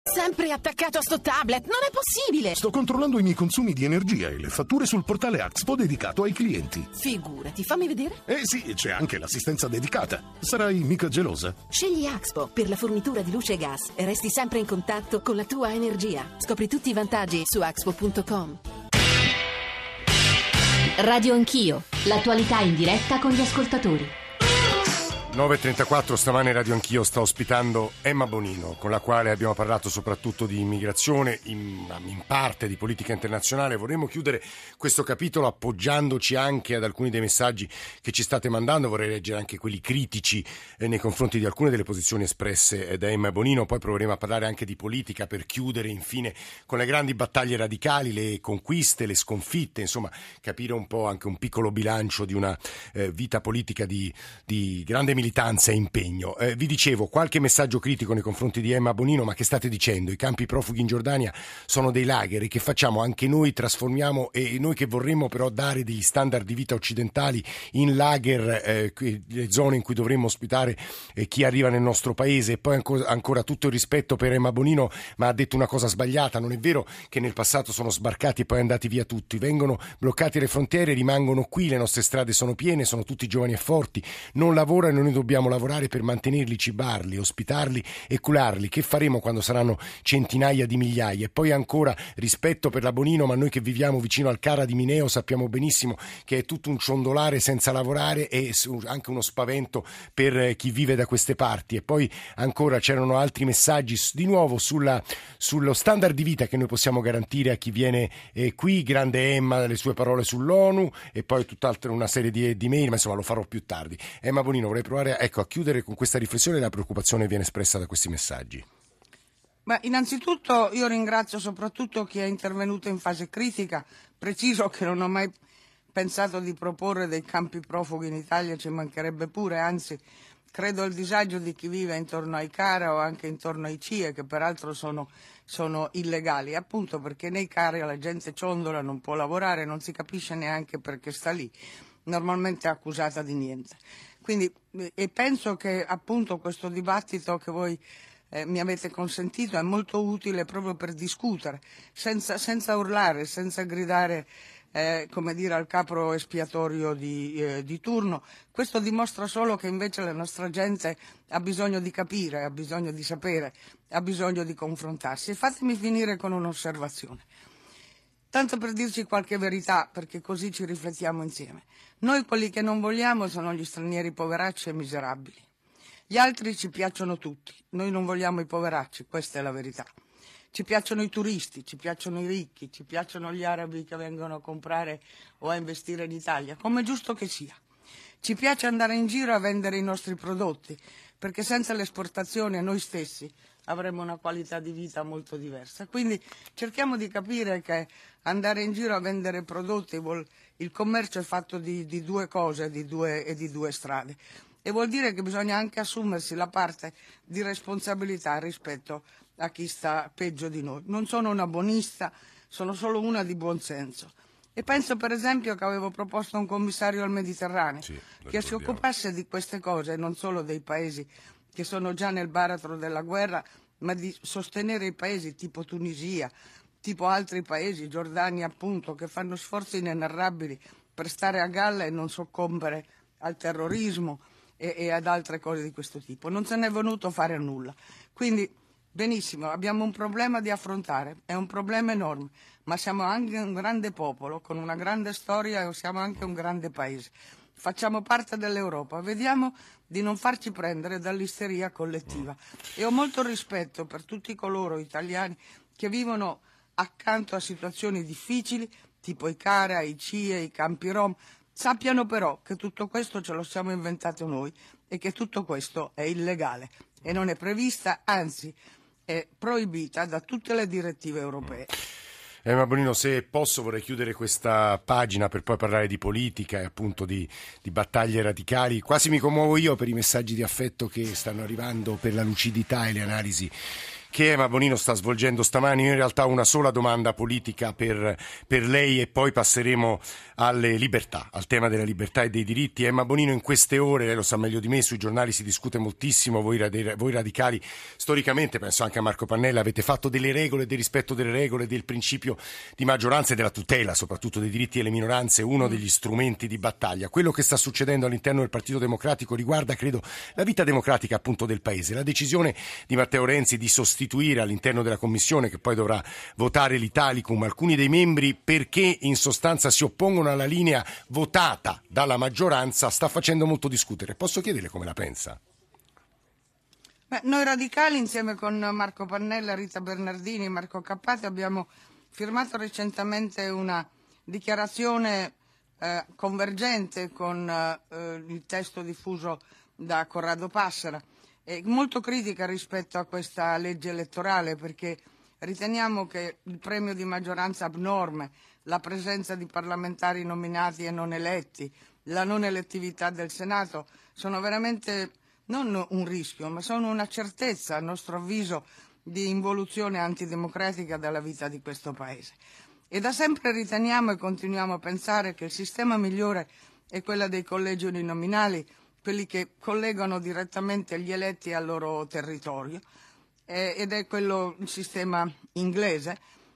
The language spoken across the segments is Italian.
Sempre attaccato a sto tablet, non è possibile! Sto controllando i miei consumi di energia e le fatture sul portale Axpo dedicato ai clienti. Figurati, fammi vedere. Sì, c'è anche l'assistenza dedicata. Sarai mica gelosa? Scegli Axpo per la fornitura di luce e gas e resti sempre in contatto con la tua energia. Scopri tutti i vantaggi su axpo.com. Radio Anch'io, l'attualità in diretta con gli ascoltatori. 9.34, stamane Radio Anch'io sta ospitando Emma Bonino, con la quale abbiamo parlato soprattutto di immigrazione, in parte di politica internazionale. Vorremmo chiudere questo capitolo appoggiandoci anche ad alcuni dei messaggi che ci state mandando. Vorrei leggere anche quelli critici nei confronti di alcune delle posizioni espresse da Emma Bonino. Poi proveremo a parlare anche di politica per chiudere infine con le grandi battaglie radicali, le conquiste, le sconfitte, insomma capire un po' anche un piccolo bilancio di una vita politica di grande militanza e impegno. Vi dicevo, qualche messaggio critico nei confronti di Emma Bonino, ma che state dicendo? I campi profughi in Giordania sono dei lager, e che facciamo? Anche noi trasformiamo, e noi che vorremmo però dare degli standard di vita occidentali in lager, le zone in cui dovremmo ospitare chi arriva nel nostro paese. E poi ancora tutto il rispetto per Emma Bonino, ma ha detto una cosa sbagliata. Non è vero che nel passato sono sbarcati e poi andati via tutti, vengono bloccate le frontiere, rimangono qui, le nostre strade sono piene, sono tutti giovani e forti, non lavorano e noi dobbiamo lavorare per mantenerli, cibarli, ospitarli e curarli. Che faremo quando saranno centinaia di migliaia? E poi ancora rispetto per la Bonino, ma noi che viviamo vicino al Cara di Mineo sappiamo benissimo che è tutto un ciondolare senza lavorare e anche uno spavento per chi vive da queste parti. E poi ancora c'erano altri messaggi di nuovo sullo standard di vita che noi possiamo garantire a chi viene qui. Grande Emma, le sue parole sull'ONU, e poi tutt'altra una serie di mail, ma insomma lo farò più tardi. Emma Bonino, vorrei provare a chiudere con questa riflessione. La preoccupazione viene espressa da questi messaggi. Beh, innanzitutto io ringrazio soprattutto chi è intervenuto in fase critica. Preciso che non ho mai pensato di proporre dei campi profughi in Italia, ci mancherebbe pure, anzi credo al disagio di chi vive intorno ai Cara o anche intorno ai CIE, che peraltro sono illegali, appunto perché nei Cara la gente ciondola, non può lavorare, non si capisce neanche perché sta lì, normalmente è accusata di niente. Quindi, e penso che appunto questo dibattito che voi mi avete consentito è molto utile proprio per discutere, senza urlare, senza gridare come dire al capro espiatorio di turno. Questo dimostra solo che invece la nostra gente ha bisogno di capire, ha bisogno di sapere, ha bisogno di confrontarsi. E fatemi finire con un'osservazione. Tanto per dirci qualche verità, perché così ci riflettiamo insieme. Noi quelli che non vogliamo sono gli stranieri poveracci e miserabili. Gli altri ci piacciono tutti, noi non vogliamo i poveracci, questa è la verità. Ci piacciono i turisti, ci piacciono i ricchi, ci piacciono gli arabi che vengono a comprare o a investire in Italia, come è giusto che sia. Ci piace andare in giro a vendere i nostri prodotti, perché senza l'esportazione noi stessi avremo una qualità di vita molto diversa. Quindi cerchiamo di capire che andare in giro a vendere prodotti, il commercio è fatto di due cose, di due strade. E vuol dire che bisogna anche assumersi la parte di responsabilità rispetto a chi sta peggio di noi. Non sono una buonista, sono solo una di buon senso. E penso per esempio che avevo proposto un commissario al Mediterraneo che si occupasse di queste cose, non solo dei paesi che sono già nel baratro della guerra, ma di sostenere i paesi tipo Tunisia, tipo altri paesi, Giordania appunto, che fanno sforzi inenarrabili per stare a galla e non soccombere al terrorismo e ad altre cose di questo tipo. Non se n'è venuto fare nulla. Quindi, benissimo, abbiamo un problema da affrontare, è un problema enorme, ma siamo anche un grande popolo, con una grande storia, e siamo anche un grande paese. Facciamo parte dell'Europa, vediamo di non farci prendere dall'isteria collettiva. E ho molto rispetto per tutti coloro italiani che vivono accanto a situazioni difficili, tipo i Cara, i CIE, i campi Rom. Sappiano però che tutto questo ce lo siamo inventato noi e che tutto questo è illegale e non è prevista, anzi è proibita da tutte le direttive europee. Emma Bonino, se posso vorrei chiudere questa pagina per poi parlare di politica e appunto di battaglie radicali. Quasi mi commuovo io per i messaggi di affetto che stanno arrivando, per la lucidità e le analisi che Emma Bonino sta svolgendo stamani. Io in realtà ho una sola domanda politica per lei e poi passeremo alle libertà, al tema della libertà e dei diritti. Emma Bonino, in queste ore, lei lo sa meglio di me, sui giornali si discute moltissimo, voi radicali storicamente, penso anche a Marco Pannella, avete fatto delle regole, del rispetto delle regole, del principio di maggioranza e della tutela soprattutto dei diritti delle minoranze, uno degli strumenti di battaglia. Quello che sta succedendo all'interno del Partito Democratico riguarda, credo, la vita democratica appunto del Paese. La decisione di Matteo Renzi di sostituire all'interno della Commissione, che poi dovrà votare l'Italicum, alcuni dei membri perché in sostanza si oppongono alla linea votata dalla maggioranza, sta facendo molto discutere. Posso chiederle come la pensa? Noi radicali, insieme con Marco Pannella, Rita Bernardini e Marco Cappati, abbiamo firmato recentemente una dichiarazione convergente con il testo diffuso da Corrado Passera, molto critica rispetto a questa legge elettorale, perché riteniamo che il premio di maggioranza abnorme, la presenza di parlamentari nominati e non eletti, la non elettività del Senato sono veramente non un rischio, ma sono una certezza, a nostro avviso, di involuzione antidemocratica della vita di questo Paese. E da sempre riteniamo e continuiamo a pensare che il sistema migliore è quello dei collegi uninominali, quelli che collegano direttamente gli eletti al loro territorio, ed è quello il sistema inglese,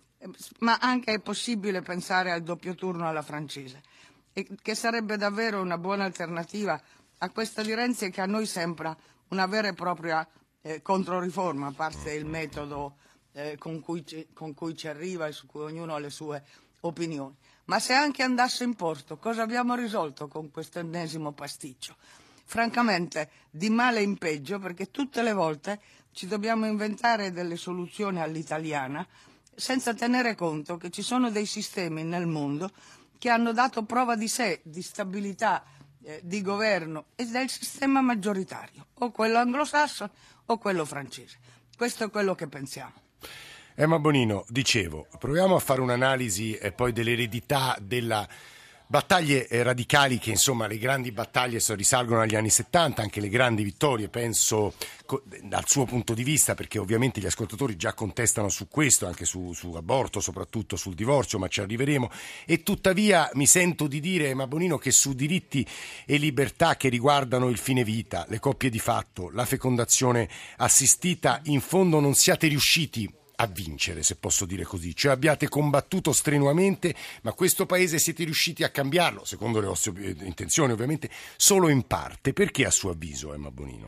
ma anche è possibile pensare al doppio turno alla francese, che sarebbe davvero una buona alternativa a questa di Renzi, che a noi sembra una vera e propria controriforma, a parte il metodo con cui ci arriva e su cui ognuno ha le sue opinioni. Ma se anche andasse in porto, cosa abbiamo risolto con questo ennesimo pasticcio? Francamente, di male in peggio, perché tutte le volte ci dobbiamo inventare delle soluzioni all'italiana senza tenere conto che ci sono dei sistemi nel mondo che hanno dato prova di sé, di stabilità, di governo, e del sistema maggioritario, o quello anglosassone o quello francese. Questo è quello che pensiamo. Emma Bonino, dicevo, proviamo a fare un'analisi poi dell'eredità della battaglie radicali, che insomma le grandi battaglie risalgono agli anni 70, anche le grandi vittorie, penso dal suo punto di vista, perché ovviamente gli ascoltatori già contestano su questo, anche su aborto, soprattutto sul divorzio, ma ci arriveremo. E tuttavia mi sento di dire, Emma Bonino, che su diritti e libertà che riguardano il fine vita, le coppie di fatto, la fecondazione assistita, in fondo non siate riusciti a vincere, se posso dire così, cioè abbiate combattuto strenuamente, ma questo Paese siete riusciti a cambiarlo, secondo le vostre intenzioni ovviamente, solo in parte. Perché a suo avviso, Emma Bonino?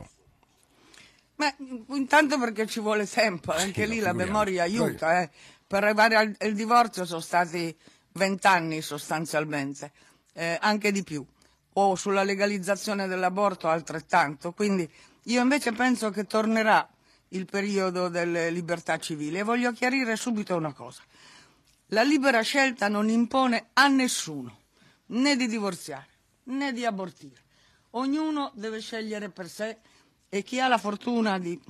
Intanto perché ci vuole tempo, anche lì la memoria aiuta. Per arrivare al divorzio sono stati 20 anni sostanzialmente, anche di più, o sulla legalizzazione dell'aborto altrettanto, quindi io invece penso che tornerà il periodo delle libertà civili, e voglio chiarire subito una cosa: la libera scelta non impone a nessuno né di divorziare né di abortire, ognuno deve scegliere per sé, e chi ha la fortuna di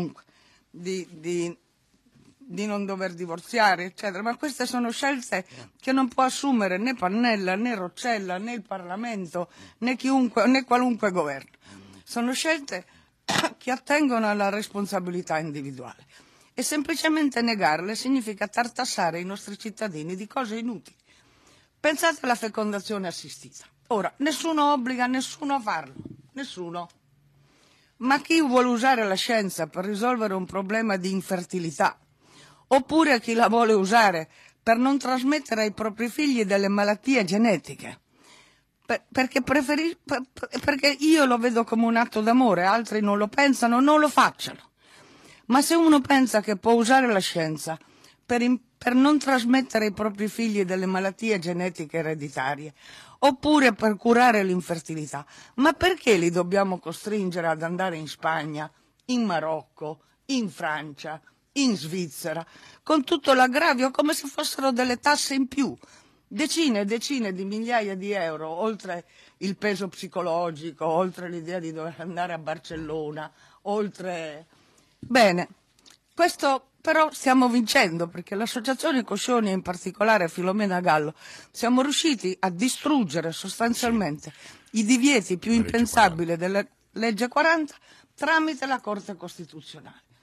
non dover divorziare eccetera, ma queste sono scelte che non può assumere né Pannella né Roccella né il Parlamento né chiunque né qualunque governo, sono scelte che attengono alla responsabilità individuale, e semplicemente negarle significa tartassare i nostri cittadini di cose inutili. Pensate alla fecondazione assistita. Ora, nessuno obbliga nessuno a farlo, nessuno. Ma chi vuole usare la scienza per risolvere un problema di infertilità, oppure chi la vuole usare per non trasmettere ai propri figli delle malattie genetiche, perché io lo vedo come un atto d'amore, altri non lo pensano, non lo facciano. Ma se uno pensa che può usare la scienza per non trasmettere ai propri figli delle malattie genetiche ereditarie, oppure per curare l'infertilità, ma perché li dobbiamo costringere ad andare in Spagna, in Marocco, in Francia, in Svizzera, con tutto l'aggravio, come se fossero delle tasse in più? Decine e decine di migliaia di euro, oltre il peso psicologico, oltre l'idea di dover andare a Barcellona, oltre... Bene, questo però stiamo vincendo, perché l'associazione Coscioni, e in particolare Filomena Gallo, siamo riusciti a distruggere sostanzialmente i divieti più impensabili della legge 40 tramite la Corte Costituzionale.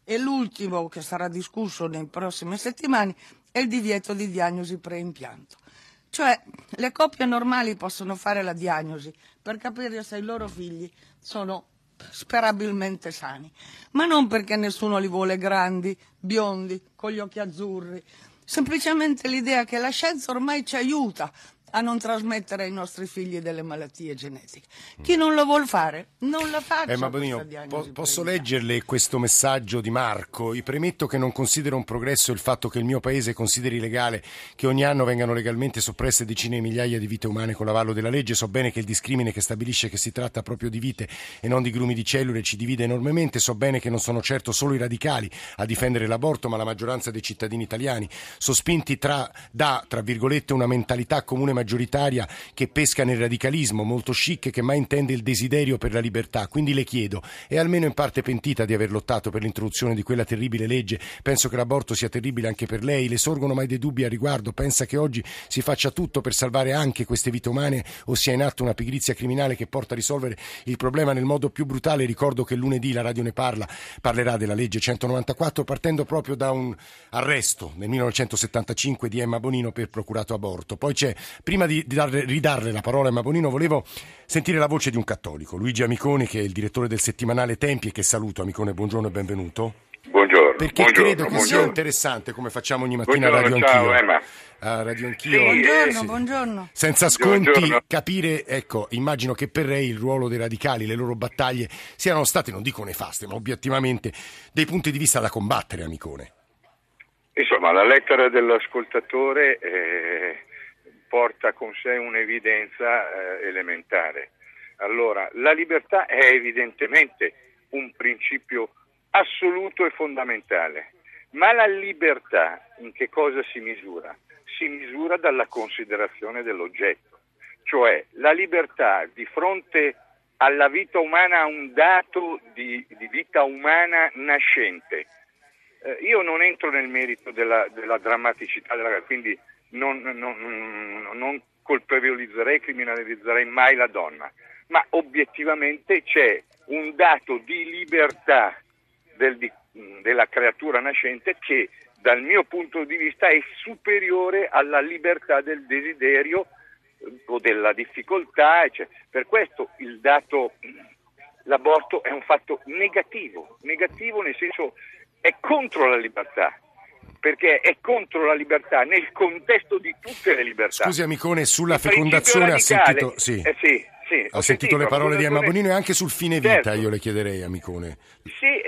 E l'ultimo, che sarà discusso nelle prossime settimane, è il divieto di diagnosi preimpianto. Cioè, le coppie normali possono fare la diagnosi per capire se i loro figli sono sperabilmente sani, ma non perché nessuno li vuole grandi, biondi, con gli occhi azzurri. Semplicemente l'idea che la scienza ormai ci aiuta a non trasmettere ai nostri figli delle malattie genetiche. Chi non lo vuol fare, non la faccia. Ma Bonino, posso leggerle questo messaggio di Marco? Io premetto che non considero un progresso il fatto che il mio paese consideri legale che ogni anno vengano legalmente soppresse decine di migliaia di vite umane con l'avallo della legge. So bene che il discrimine che stabilisce che si tratta proprio di vite e non di grumi di cellule ci divide enormemente. So bene che non sono certo solo i radicali a difendere l'aborto, ma la maggioranza dei cittadini italiani, sospinti tra virgolette, una mentalità comune maggioritaria che pesca nel radicalismo, molto chic, che mai intende il desiderio per la libertà. Quindi le chiedo, è almeno in parte pentita di aver lottato per l'introduzione di quella terribile legge? Penso che l'aborto sia terribile anche per lei. Le sorgono mai dei dubbi a riguardo? Pensa che oggi si faccia tutto per salvare anche queste vite umane o sia in atto una pigrizia criminale che porta a risolvere il problema nel modo più brutale? Ricordo che lunedì la radio ne parlerà della legge 194, partendo proprio da un arresto nel 1975 di Emma Bonino per procurato aborto. Poi c'è, prima di ridarle la parola a Emma Bonino, volevo sentire la voce di un cattolico, Luigi Amiconi, che è il direttore del settimanale Tempi e che saluto. Amicone, buongiorno e benvenuto. Buongiorno. Perché credo che sia interessante, come facciamo ogni mattina a Radio Ciao, Anch'io. Emma. A Radio Anch'io. Buongiorno, buongiorno. Senza sconti, Buongiorno. capire, ecco, immagino che per lei il ruolo dei radicali, le loro battaglie siano state, non dico nefaste, ma obiettivamente dei punti di vista da combattere, Amicone. Insomma, la lettera dell'ascoltatore porta con sé un'evidenza elementare. Allora, la libertà è evidentemente un principio assoluto e fondamentale, ma la libertà in che cosa si misura? Si misura dalla considerazione dell'oggetto, cioè la libertà di fronte alla vita umana, a un dato di vita umana nascente. Io non entro nel merito della drammaticità, quindi non colpevolizzerei, criminalizzerei mai la donna, ma obiettivamente c'è un dato di libertà della creatura nascente che dal mio punto di vista è superiore alla libertà del desiderio o della difficoltà, eccetera. Per questo l'aborto è un fatto negativo nel senso è contro la libertà, perché è contro la libertà nel contesto di tutte le libertà. Scusi Amicone, sulla fecondazione ha sentito... Sì, ho sentito le parole di Emma Bonino e anche sul fine vita, certo. Io le chiederei, Amicone. Sì,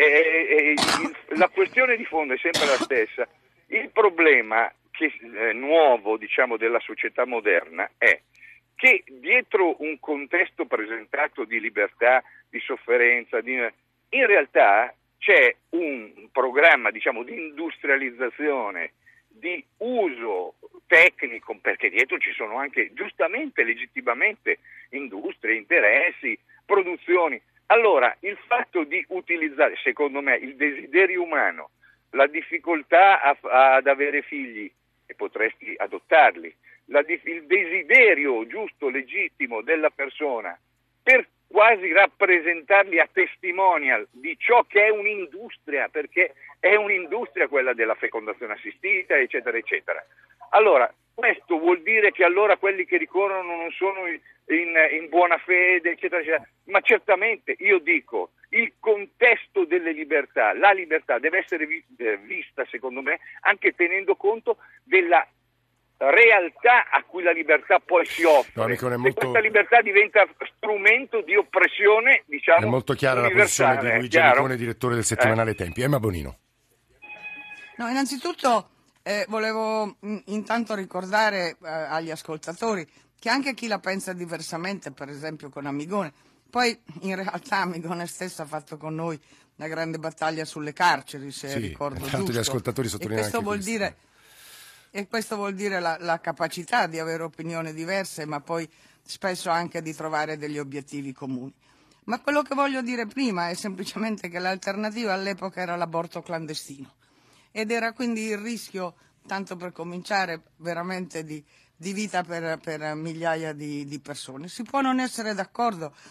la questione di fondo è sempre la stessa. Il problema nuovo, diciamo, della società moderna è che dietro un contesto presentato di libertà, di sofferenza, in realtà c'è un programma, diciamo, di industrializzazione, di uso tecnico, perché dietro ci sono anche, giustamente, legittimamente, industrie, interessi, produzioni. Allora, il fatto di utilizzare, secondo me, il desiderio umano, la difficoltà ad avere figli, e potresti adottarli, il desiderio giusto, legittimo della persona, per quasi rappresentarli a testimonial di ciò che è un'industria, perché è un'industria quella della fecondazione assistita, eccetera, eccetera. Allora, questo vuol dire che allora quelli che ricorrono non sono in buona fede, eccetera, eccetera. Ma certamente, io dico, il contesto delle libertà, la libertà deve essere vista, secondo me, anche tenendo conto della realtà a cui la libertà poi si offre. No, Amicone, questa libertà diventa strumento di oppressione, diciamo, è molto chiara la posizione di Luigi Amicone, direttore del settimanale Tempi. Emma Bonino. No, innanzitutto volevo intanto ricordare agli ascoltatori che anche chi la pensa diversamente, per esempio con Amigone, poi in realtà Amigone stesso ha fatto con noi una grande battaglia sulle carceri, se ricordo giusto. Gli ascoltatori sottolineano anche questo. E questo vuol dire la capacità di avere opinioni diverse, ma poi spesso anche di trovare degli obiettivi comuni. Ma quello che voglio dire prima è semplicemente che l'alternativa all'epoca era l'aborto clandestino. Ed era quindi il rischio, tanto per cominciare, veramente di vita per migliaia di persone. Si può non essere d'accordo,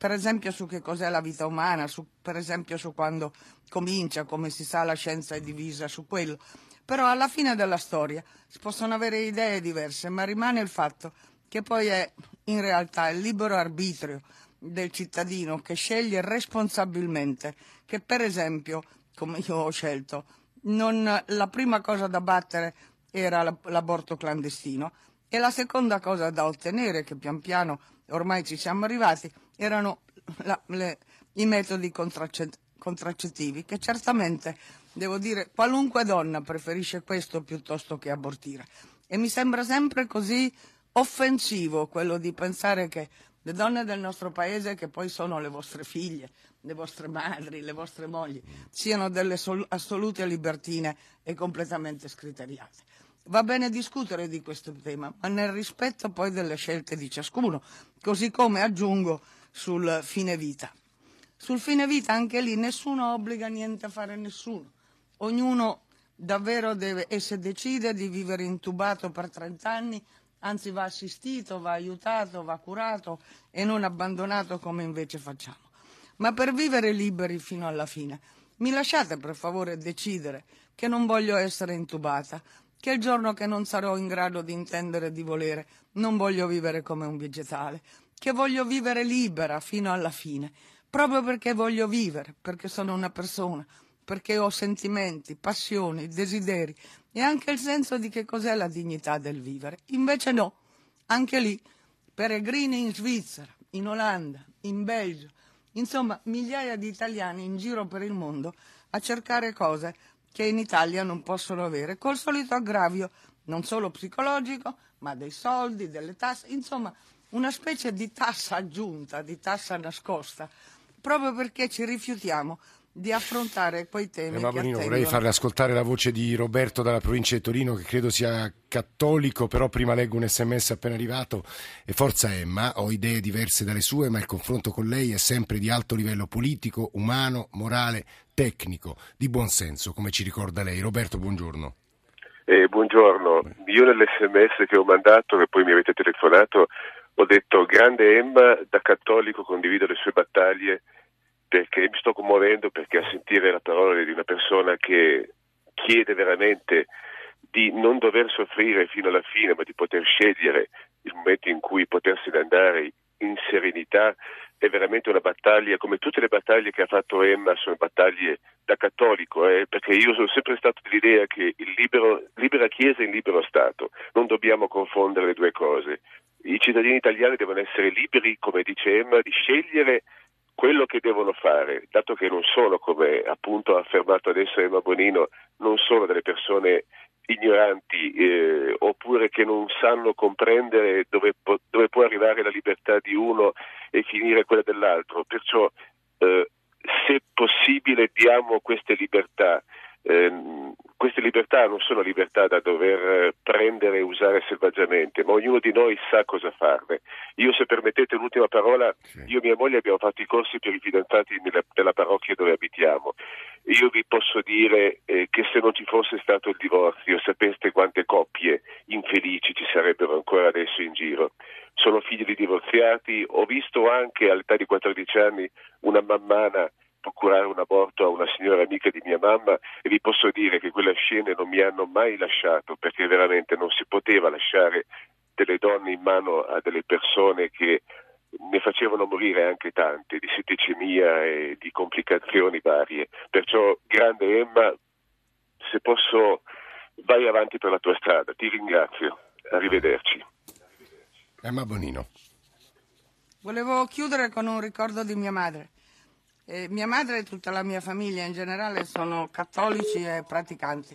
per esempio su che cos'è la vita umana, per esempio su quando comincia, come si sa la scienza è divisa su quello. Però alla fine della storia si possono avere idee diverse, ma rimane il fatto che poi è in realtà il libero arbitrio del cittadino che sceglie responsabilmente, che per esempio, come io ho scelto, la prima cosa da battere era l'aborto clandestino e la seconda cosa da ottenere, che pian piano ormai ci siamo arrivati, erano i metodi contraccettivi, che certamente, devo dire, qualunque donna preferisce questo piuttosto che abortire. E mi sembra sempre così offensivo quello di pensare che le donne del nostro paese, che poi sono le vostre figlie, le vostre madri, le vostre mogli, siano delle assolute libertine e completamente scriteriate. Va bene discutere di questo tema, ma nel rispetto poi delle scelte di ciascuno, così come aggiungo sul fine vita. Sul fine vita anche lì nessuno obbliga niente a fare nessuno. Ognuno davvero deve, e se decide di vivere intubato per 30 anni, anzi va assistito, va aiutato, va curato e non abbandonato come invece facciamo. Ma per vivere liberi fino alla fine, mi lasciate per favore decidere che non voglio essere intubata, che il giorno che non sarò in grado di intendere e di volere non voglio vivere come un vegetale, che voglio vivere libera fino alla fine, proprio perché voglio vivere, perché sono una persona, perché ho sentimenti, passioni, desideri e anche il senso di che cos'è la dignità del vivere. Invece no, anche lì, peregrini in Svizzera, in Olanda, in Belgio, insomma migliaia di italiani in giro per il mondo a cercare cose che in Italia non possono avere, col solito aggravio non solo psicologico, ma dei soldi, delle tasse, insomma una specie di tassa aggiunta, di tassa nascosta, proprio perché ci rifiutiamo di affrontare quei temi che Bonino, attengono. vorrei farle ascoltare la voce di Roberto dalla provincia di Torino, che credo sia cattolico, però prima leggo un sms appena arrivato. E forza Emma, ho idee diverse dalle sue, ma il confronto con lei è sempre di alto livello politico, umano, morale, tecnico, di buon senso, come ci ricorda lei. Roberto, buongiorno. Buongiorno, io nell'sms che ho mandato, che poi mi avete telefonato, ho detto: grande Emma, da cattolico condivido le sue battaglie, perché mi sto commuovendo, perché a sentire la parola di una persona che chiede veramente di non dover soffrire fino alla fine, ma di poter scegliere il momento in cui potersene andare in serenità, è veramente una battaglia, come tutte le battaglie che ha fatto Emma, sono battaglie da cattolico, perché io sono sempre stato dell'idea che libera Chiesa in libero Stato, non dobbiamo confondere le due cose. I cittadini italiani devono essere liberi, come dice Emma, di scegliere quello che devono fare, dato che non sono, come appunto ha affermato adesso Emma Bonino, non sono delle persone ignoranti oppure che non sanno comprendere dove può arrivare la libertà di uno e finire quella dell'altro. Perciò se possibile diamo queste libertà. Queste libertà non sono libertà da dover prendere e usare selvaggiamente, ma ognuno di noi sa cosa farne. Io, se permettete l'ultima parola, io e mia moglie abbiamo fatto i corsi per i fidanzati nella parrocchia dove abitiamo. Io vi posso dire che se non ci fosse stato il divorzio, sapeste quante coppie infelici ci sarebbero ancora adesso in giro. Sono figli di divorziati, ho visto anche all'età di 14 anni una mammana procurare un aborto a una signora amica di mia mamma, e vi posso dire che quelle scene non mi hanno mai lasciato, perché veramente non si poteva lasciare delle donne in mano a delle persone che ne facevano morire anche tante, di setticemia e di complicazioni varie. Perciò, grande Emma, se posso vai avanti per la tua strada, ti ringrazio, arrivederci. Emma Bonino. Volevo chiudere con un ricordo di mia madre. Mia madre e tutta la mia famiglia in generale sono cattolici e praticanti.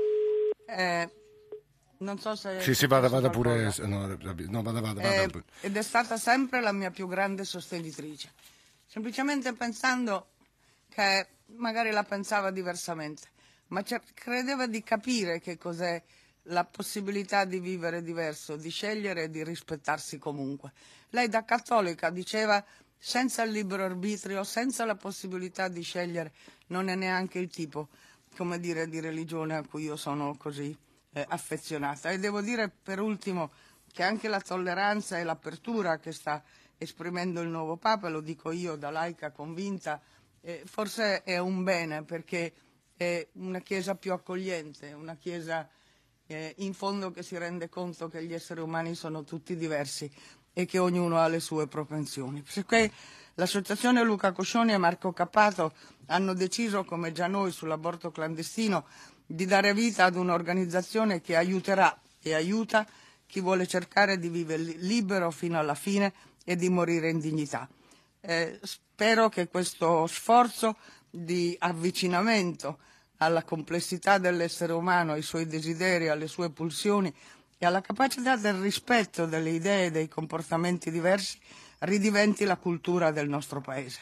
Non so se... Sì, vada pure... No, vada. Ed è stata sempre la mia più grande sostenitrice. Semplicemente pensando che magari la pensava diversamente, ma credeva di capire che cos'è la possibilità di vivere diverso, di scegliere e di rispettarsi comunque. Lei da cattolica diceva: senza il libero arbitrio, senza la possibilità di scegliere, non è neanche il tipo, come dire, di religione a cui io sono così affezionata. E devo dire per ultimo che anche la tolleranza e l'apertura che sta esprimendo il nuovo Papa, lo dico io da laica convinta, forse è un bene, perché è una Chiesa più accogliente, una Chiesa in fondo che si rende conto che gli esseri umani sono tutti diversi e che ognuno ha le sue propensioni. Perché l'associazione Luca Coscioni e Marco Cappato hanno deciso, come già noi sull'aborto clandestino, di dare vita ad un'organizzazione che aiuterà e aiuta chi vuole cercare di vivere libero fino alla fine e di morire in dignità. Spero che questo sforzo di avvicinamento alla complessità dell'essere umano, ai suoi desideri, alle sue pulsioni e alla capacità del rispetto delle idee e dei comportamenti diversi ridiventi la cultura del nostro Paese.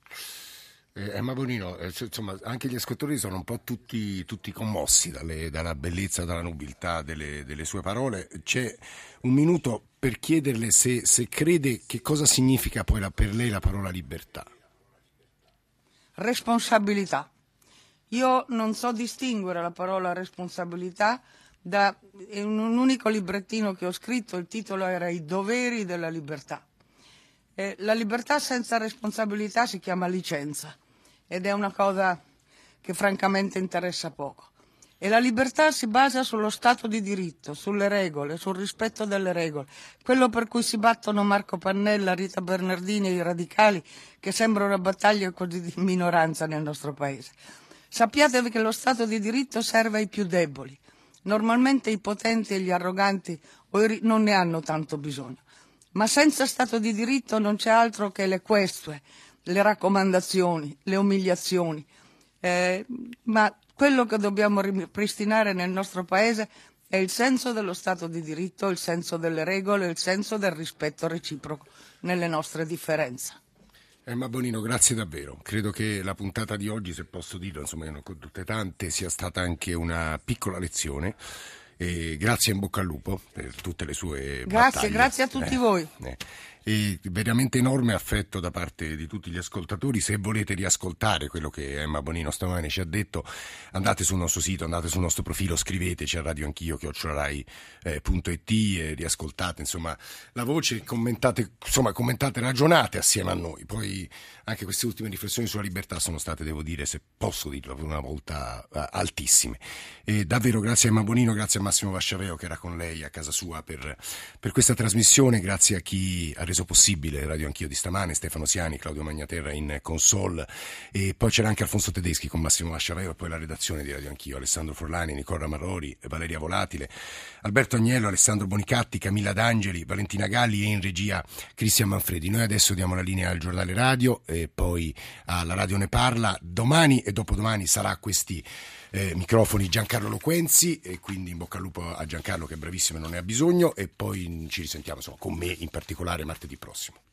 Emma Bonino, insomma, anche gli ascoltatori sono un po' tutti commossi dalla bellezza, dalla nobiltà delle sue parole. C'è un minuto per chiederle se crede che cosa significa poi per lei la parola libertà. Responsabilità. Io non so distinguere la parola responsabilità da un unico librettino che ho scritto, il titolo era I doveri della libertà. La libertà senza responsabilità si chiama licenza ed è una cosa che francamente interessa poco. E la libertà si basa sullo Stato di diritto, sulle regole, sul rispetto delle regole. Quello per cui si battono Marco Pannella, Rita Bernardini e i radicali, che sembra una battaglia così di minoranza nel nostro Paese. Sappiate che lo Stato di diritto serve ai più deboli. Normalmente i potenti e gli arroganti non ne hanno tanto bisogno. Ma senza Stato di diritto non c'è altro che le questue, le raccomandazioni, le umiliazioni. Ma quello che dobbiamo ripristinare nel nostro Paese è il senso dello Stato di diritto, il senso delle regole, il senso del rispetto reciproco nelle nostre differenze. Emma Bonino, grazie davvero. Credo che la puntata di oggi, se posso dirlo, insomma, ne ho tutte tante, sia stata anche una piccola lezione. E grazie, in bocca al lupo per tutte le sue battaglie. Grazie a tutti voi. E veramente enorme affetto da parte di tutti gli ascoltatori. Se volete riascoltare quello che Emma Bonino stamane ci ha detto, andate sul nostro sito, andate sul nostro profilo, scriveteci a radioanchio@rai.it e riascoltate insomma la voce, commentate, ragionate assieme a noi. Poi anche queste ultime riflessioni sulla libertà sono state, devo dire, se posso dirlo per una volta, altissime. E davvero grazie a Emma Bonino, grazie a Massimo Vasciaveo che era con lei a casa sua per questa trasmissione, grazie a chi ha reso possibile Radio Anch'io di stamane, Stefano Siani, Claudio Magnaterra in console, e poi c'era anche Alfonso Tedeschi con Massimo Vasciaveo, e poi la redazione di Radio Anch'io, Alessandro Forlani, Nicola Marrori, Valeria Volatile, Alberto Agnello, Alessandro Bonicatti, Camilla D'Angeli, Valentina Galli e in regia Cristian Manfredi. Noi adesso diamo la linea al giornale radio e poi alla Radio Ne Parla. Domani e dopodomani sarà a questi microfoni Giancarlo Loquenzi, e quindi in bocca al lupo a Giancarlo che è bravissimo e non ne ha bisogno, e poi ci risentiamo con me in particolare martedì prossimo.